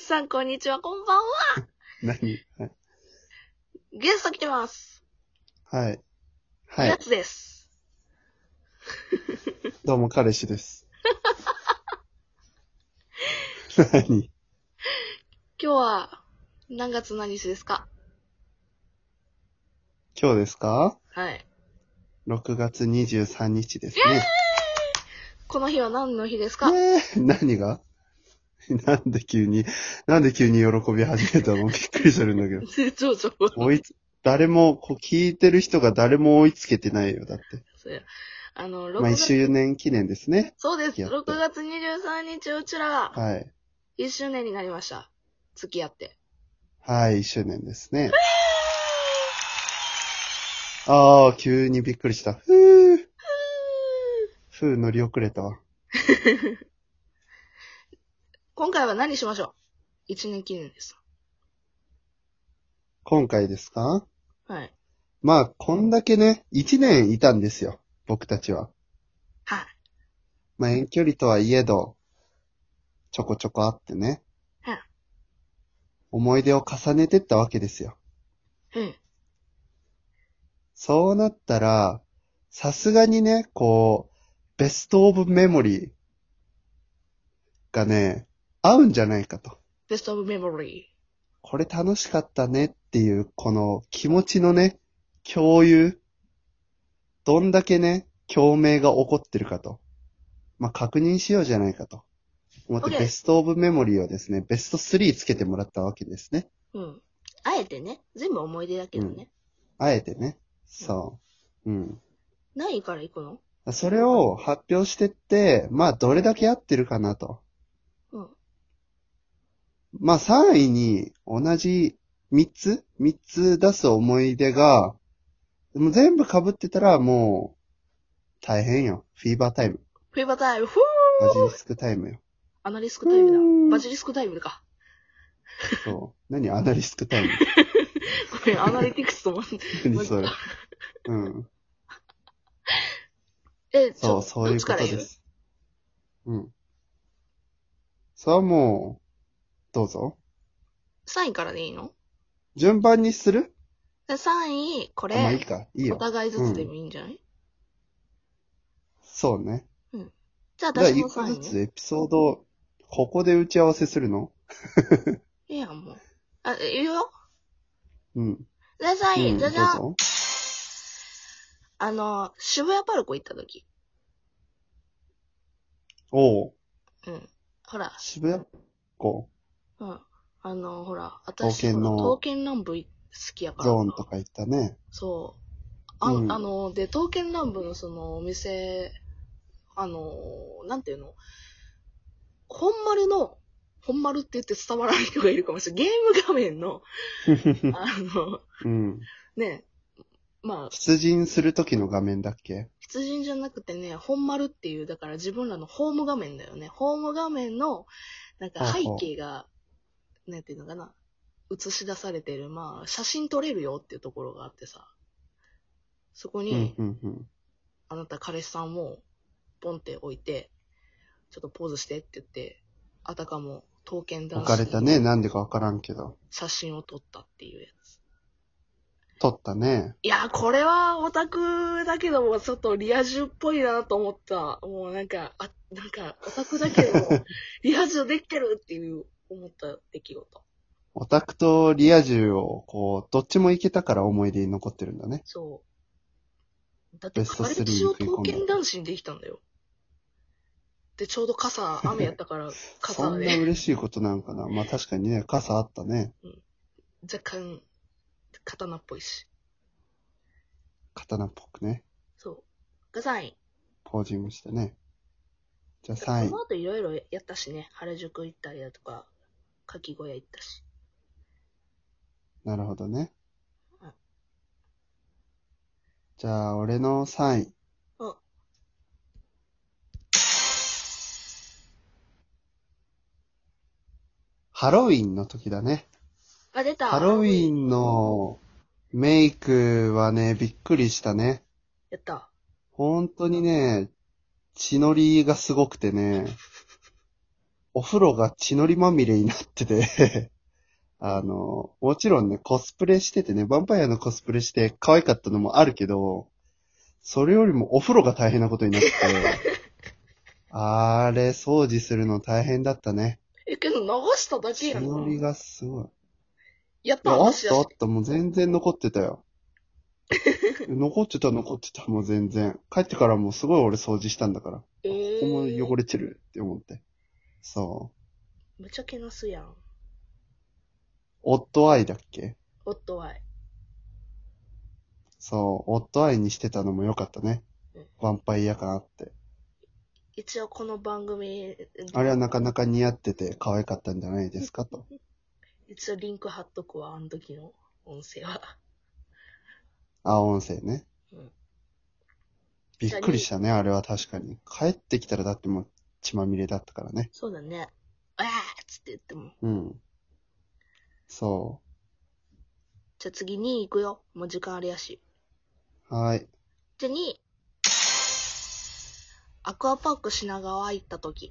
さん、こんにちは、こんばんは。 何？はい。 ゲスト来てます。 はい。はやい。 つです。 どうも、彼氏です。何？ 今日は、何月何日ですか？ 今日ですか？ はい。 6月23日ですね。 この日は何の日ですか？ 何が？なんで急に喜び始めたの？びっくりするんだけど。 そうそう。 誰も、聞いてる人が誰も追いつけてないよ、だって。 そうや。 まあ、1周年記念ですね。 そうです。 付き合って 6月23日、うちら、 はい。 1周年になりました。付き合って。 はい、1周年ですね。あー、急にびっくりした。ふー乗り遅れたわ。 今回は何しましょう？ 1 年記念です。 今回ですか？ はい。 まあ、こんだけね、1年いたんですよ。僕たちは。 はい。 まあ、遠距離とはいえど、ちょこちょこあってね、 はい。 思い出を重ねてったわけですよ。 うん。 そうなったら、さすがにね、ベストオブメモリーがね、合うんじゃないかと。 ベストオブメモリー。 これ楽しかったねっていう、この気持ちのね、共有。どんだけね、共鳴が起こってるかと。まあ、確認しようじゃないかと。思ってベ OK。 ストオブメモリーをですね、ベスト3つけてもらったわけですね。 うん。あえてね、全部思い出だけどね。 あえてね。そう。 何位から行くの？ それを発表してって、まあどれだけ合ってるかなと。 うん。 まあ3位に同じ3つ出す思い出が、もう全部被ってたらもう大変よ。フィーバータイム。 フィーバータイム、ふバジリスクタイムよ。 アナリスクタイムだ。バジリスクタイムか。 そう。何アナリスクタイム。 ごめん、アナリティクスと思って。 何それ。うん。そういうことです。うん。それはもう、どうぞ。 3位からでいいの？ 順番にする？ 3位、これ、 まあいいか。いいよ。 お互いずつでもいいんじゃない？ そうね。 うん。じゃあじゃあ私も一個 3位ね。 ずつエピソード、ここで打ち合わせするの？ いいやん、もう。言うよ。 うん。 じゃあ3位、じゃじゃん。 どうぞ。 渋谷パルコ行った時。 おう。 うん。ほら。 渋谷校うん。ほら、 刀私、 剣の刀剣乱舞好きやからさ。 ゾーンとか行ったね。 そう。 うん。 で、刀剣乱舞のそのお店、なんていうの？本丸って言って伝わらない人がいるかもしれない。ゲーム画面の、 うん。 ね、まあ、 出陣するときの画面だっけ？ 出陣じゃなくてね、本丸っていう、だから自分らのホーム画面だよね。ホーム画面の、なんか背景が、なんていうのかな、映し出されてる、まあ、写真撮れるよっていうところがあってさ、そこに、あなた彼氏さんをポンって置いて、ちょっとポーズしてって言って、あたかも刀剣男子置かれたね。なんでかわからんけど。 写真を撮ったっていうやつ。 撮ったね。 いや、これはオタクだけども、ちょっとリア充っぽいなと思った。もうなんかオタクだけども、リア充できてるっていう思った出来事。 オタクとリア充を、どっちもいけたから思い出に残ってるんだね。 そう。だってベスト3 彼に氏を刀食い込んだ。 剣男子にできたんだよ。で、ちょうど雨やったから、 そんなで。 嬉しいことなんかな。まあ確かにね、傘あったね。 うん。若干、刀っぽいし。 刀っぽくね。 そう。が3位。 ポージングしてね。じゃあそ 3位。 の後いろいろやったしね。原宿行ったりだとか、かき小屋行ったし。 なるほどね。 うん。 じゃあ、俺の3位。 うん。 ハロウィンの時だね。 出た。 ハロウィンのメイクはね、びっくりしたね。 やった。 本当にね、血のりがすごくてね、 お風呂が血のりまみれになってて、もちろんね、コスプレしててね、ヴァンパイアのコスプレして可愛かったのもあるけど、それよりもお風呂が大変なことになって、あれ、掃除するの大変だったね。 けど流しただけ血やん。 のりがすごい。 やっいや、あった話やし。 たあった、もう全然残ってたよ。残ってた、もう全然。帰ってからもうすごい俺掃除したんだから。ここも汚れてるって思って。そう。 むちゃけなすやん。 オットアイだっけ？ おっとわい。 そう、オットアイにしてたのも良かったね。 うんヴァンパイア感あって。 一応この番組であれはなかなか似合ってて可愛かったんじゃないですかと。 一応リンク貼っとくわ、あの時の音声は。 あ、音声ね。 うんびっくりしたね、あれは確かに。帰ってきたらだってもう血まみれだったからね。 そうだね。あーっつって言っても。 うん。そじゃあ次2位行くよ。もう時間あれやし。 う。はい。 じゃあ2位。アクアパーク品川行った時。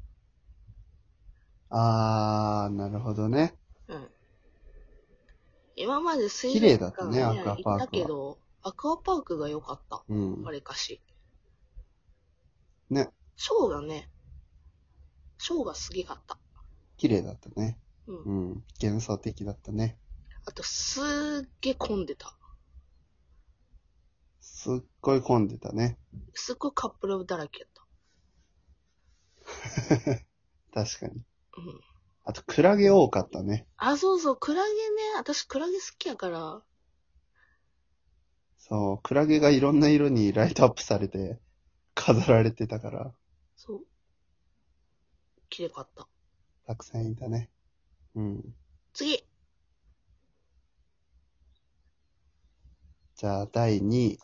なるほどね。 うん。今まで水綺麗だったね、 族アクア館行ったパークは。 けど、アクアパークが良かった。 うんあ。れかし。 ね。 ショーがね、ショーがすげかった。 綺麗だったね。 うん。 うん。幻想的だったね。 あと、すーっげ混んでた。 すっごい混んでたね。 すっごいカップルだらけやった。 確かに。 うん。 あと、クラゲ多かったね。 あ、そうそう、クラゲね。私、クラゲ好きやから。 そう、クラゲがいろんな色にライトアップされて、飾られてたから、 そう。綺麗かった。 たくさんいたね。うん。 次。 じゃあ、第2位。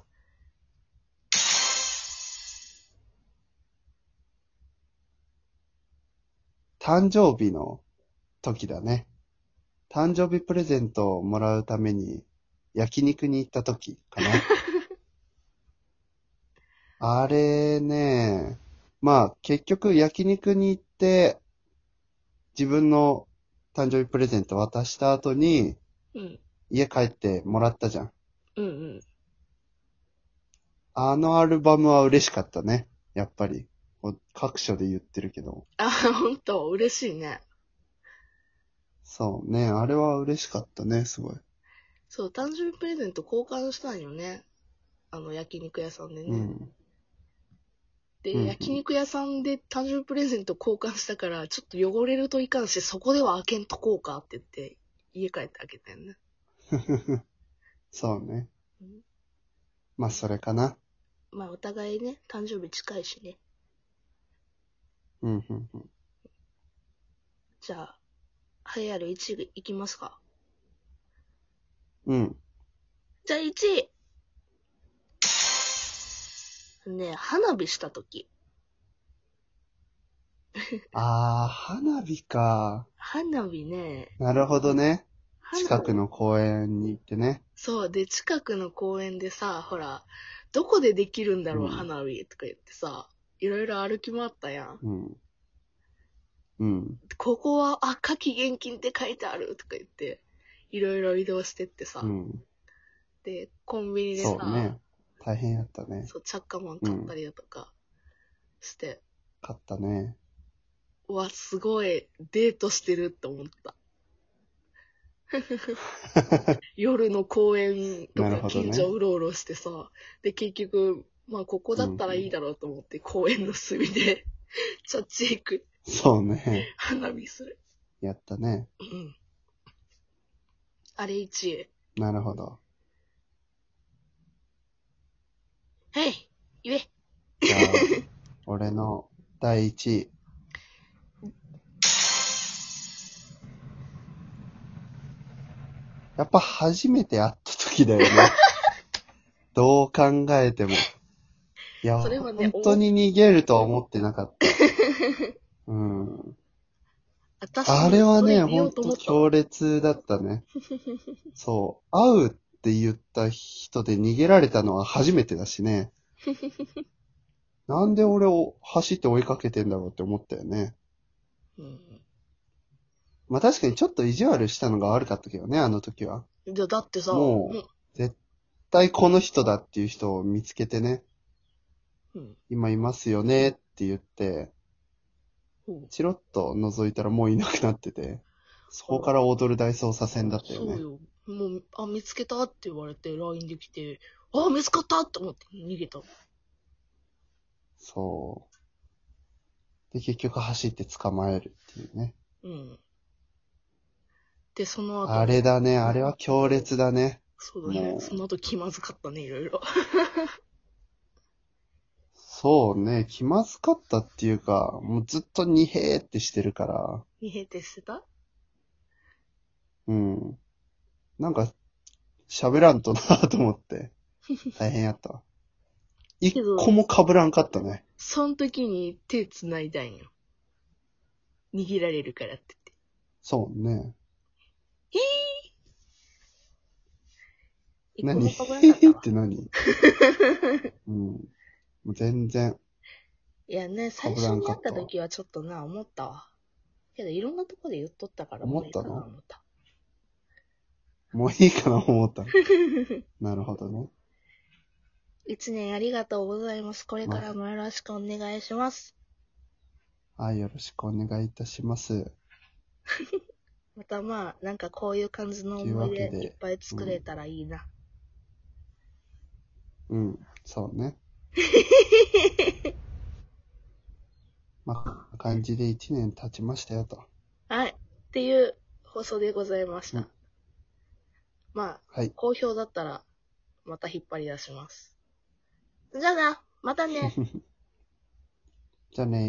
誕生日の時だね。誕生日プレゼントをもらうために焼肉に行った時かな。あれね、まあ結局焼肉に行って自分の誕生日プレゼント渡した後にうん。 家帰ってもらったじゃん。 うんうん。 あのアルバムは嬉しかったね。やっぱり。各所で言ってるけど。 あ、ほんと、嬉しいね。 そうね、あれは嬉しかったね、すごい。 そう、誕生日プレゼント交換したんよね。焼肉屋さんでね。 うん。 で、 うんうん焼肉屋さんで誕生日プレゼント交換したから、ちょっと汚れるといかんし、そこでは開けんとこうかって言って、家帰って開けたよね。 そうねうん。 まあ、それかな。 まあ、お互いね、誕生日近いしね。 うん、うん、うん。 じゃあ、栄えある1位いきますか。 うん。 じゃあ1位。ね、花火したとき。 花火か。 花火ね。 なるほどね。 花火近くの公園に行ってね。 そう。で、近くの公園でさ、ほら、どこでできるんだろう、 うん花火とか言ってさ、いろいろ歩き回ったやん。 うん。うん。 ここは、あ、夏季厳禁って書いてあるとか言って、いろいろ移動してってさ、 うん。 で、コンビニでさ、 そうね。大変やったね。 そう、チャッカマン買ったりだとかして、 買ったね。 うわ、すごい、デートしてるって思った。夜の公園とかなるほどね近所うろうろしてさ、で、結局、まあ、ここだったらいいだろうと思って、公園の隅で、チャッチーク、 そうね。 花火する。 やったね。 うん。あれ1位。 なるほど。 はい、言え。 じゃあ、俺の第一位。やっぱ初めて会った時だよね。どう考えても。いや、 それはね本当に逃げるとは思ってなかった。うん。 私あれはね、 そ言おほとうんと思った強烈だったね。そう。会うって言った人で逃げられたのは初めてだしね。なんで俺を走って追いかけてんだろうって思ったよね。 まあ確かにちょっと意地悪したのが悪かったけどね、あの時は。 だってさ、 もう、絶対この人だっていう人を見つけてね、今いますよねって言って、チロッと覗いたらもういなくなってて、そこから踊る大捜査線だったよね。 そうよ。もう、見つけたって言われて LINE で来て、見つかったって思って逃げた。 そう。で、結局走って捕まえるっていうね。 で、その後、 あれだね、あれは強烈だね。 そうだね。その後気まずかったね、いろいろ。 そうね、気まずかったっていうか、もうずっとにへーってしてるから。 にへってしてた？ なんか、喋らんとなと思って、大変やったわ。一個も被らんかったね。 その時に手繋いだんよ。握られるからって言って。 そうね。 一個も何被らんかったわって何もう全然。 いやね、最初に会った時はちょっとな、思ったわ。けどいろんなとこで言っとったからもういいかな思った。 もういいかな思った。なるほどね。 一年ありがとうございます。これからもよろしくお願いします。 はい、よろしくお願いいたします。 またなんかこういう感じの思い出いっぱい作れたらいいな。 そうね。まあ、感じで1年経ちましたよと。 はい。っていう放送でございました。はい。好評だったら、また引っ張り出します。じゃあな、またね。 じゃあね。